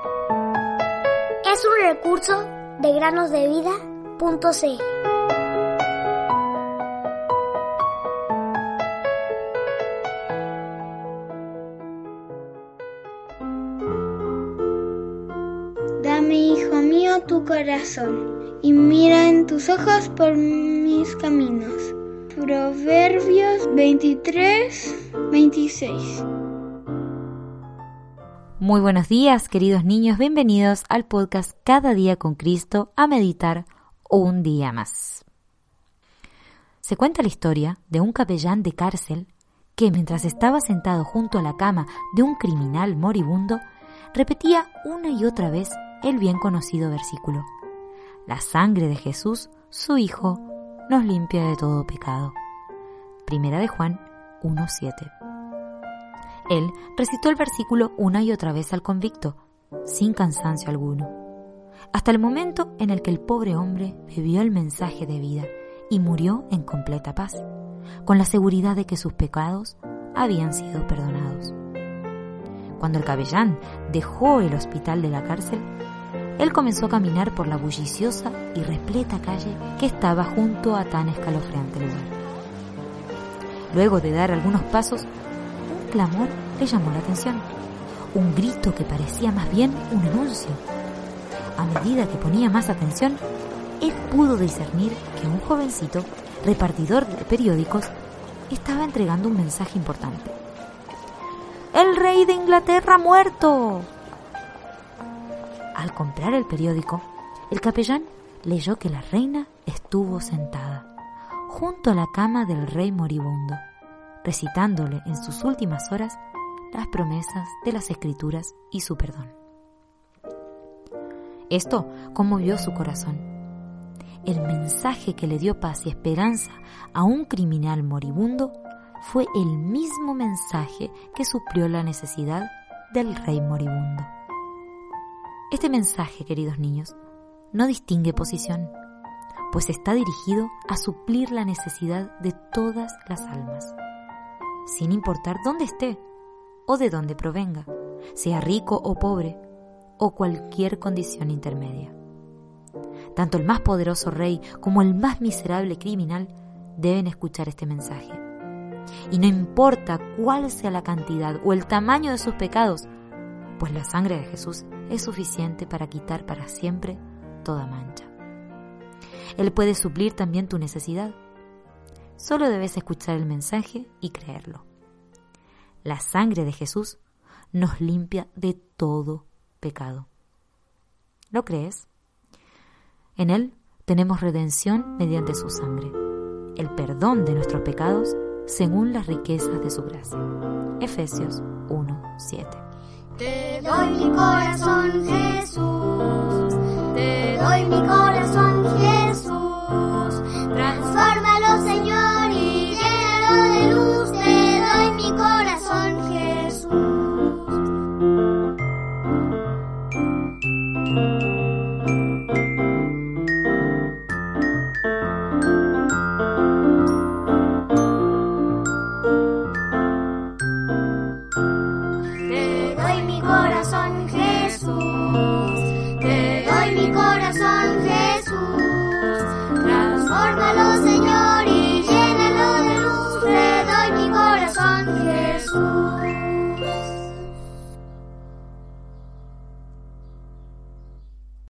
Es un recurso de granosdevida.cl. Dame, hijo mío, tu corazón, y mira en tus ojos por mis caminos. Proverbios 23:26. Muy buenos días, queridos niños, bienvenidos al podcast Cada día con Cristo, a meditar un día más. Se cuenta la historia de un capellán de cárcel que, mientras estaba sentado junto a la cama de un criminal moribundo, repetía una y otra vez el bien conocido versículo: la sangre de Jesús, su Hijo, nos limpia de todo pecado. Primera de Juan 1:7. Él recitó el versículo una y otra vez al convicto, sin cansancio alguno, hasta el momento en el que el pobre hombre bebió el mensaje de vida y murió en completa paz, con la seguridad de que sus pecados habían sido perdonados. Cuando el capellán dejó el hospital de la cárcel, él comenzó a caminar por la bulliciosa y repleta calle que estaba junto a tan escalofriante lugar. Luego de dar algunos pasos, un clamor le llamó la atención, un grito que parecía más bien un anuncio. A medida que ponía más atención, él pudo discernir que un jovencito, repartidor de periódicos, estaba entregando un mensaje importante. ¡El rey de Inglaterra ha muerto! Al comprar el periódico, el capellán leyó que la reina estuvo sentada junto a la cama del rey moribundo, recitándole en sus últimas horas las promesas de las Escrituras y su perdón. Esto conmovió su corazón. El mensaje que le dio paz y esperanza a un criminal moribundo fue el mismo mensaje que suplió la necesidad del rey moribundo. Este mensaje, queridos niños, no distingue posición, pues está dirigido a suplir la necesidad de todas las almas, sin importar dónde esté o de dónde provenga, sea rico o pobre, o cualquier condición intermedia. Tanto el más poderoso rey como el más miserable criminal deben escuchar este mensaje. Y no importa cuál sea la cantidad o el tamaño de sus pecados, pues la sangre de Jesús es suficiente para quitar para siempre toda mancha. Él puede suplir también tu necesidad. Solo debes escuchar el mensaje y creerlo. La sangre de Jesús nos limpia de todo pecado. ¿Lo crees? En Él tenemos redención mediante su sangre, el perdón de nuestros pecados según las riquezas de su gracia. Efesios 1:7. Te doy mi corazón, Jesús, te doy mi corazón, Jesús.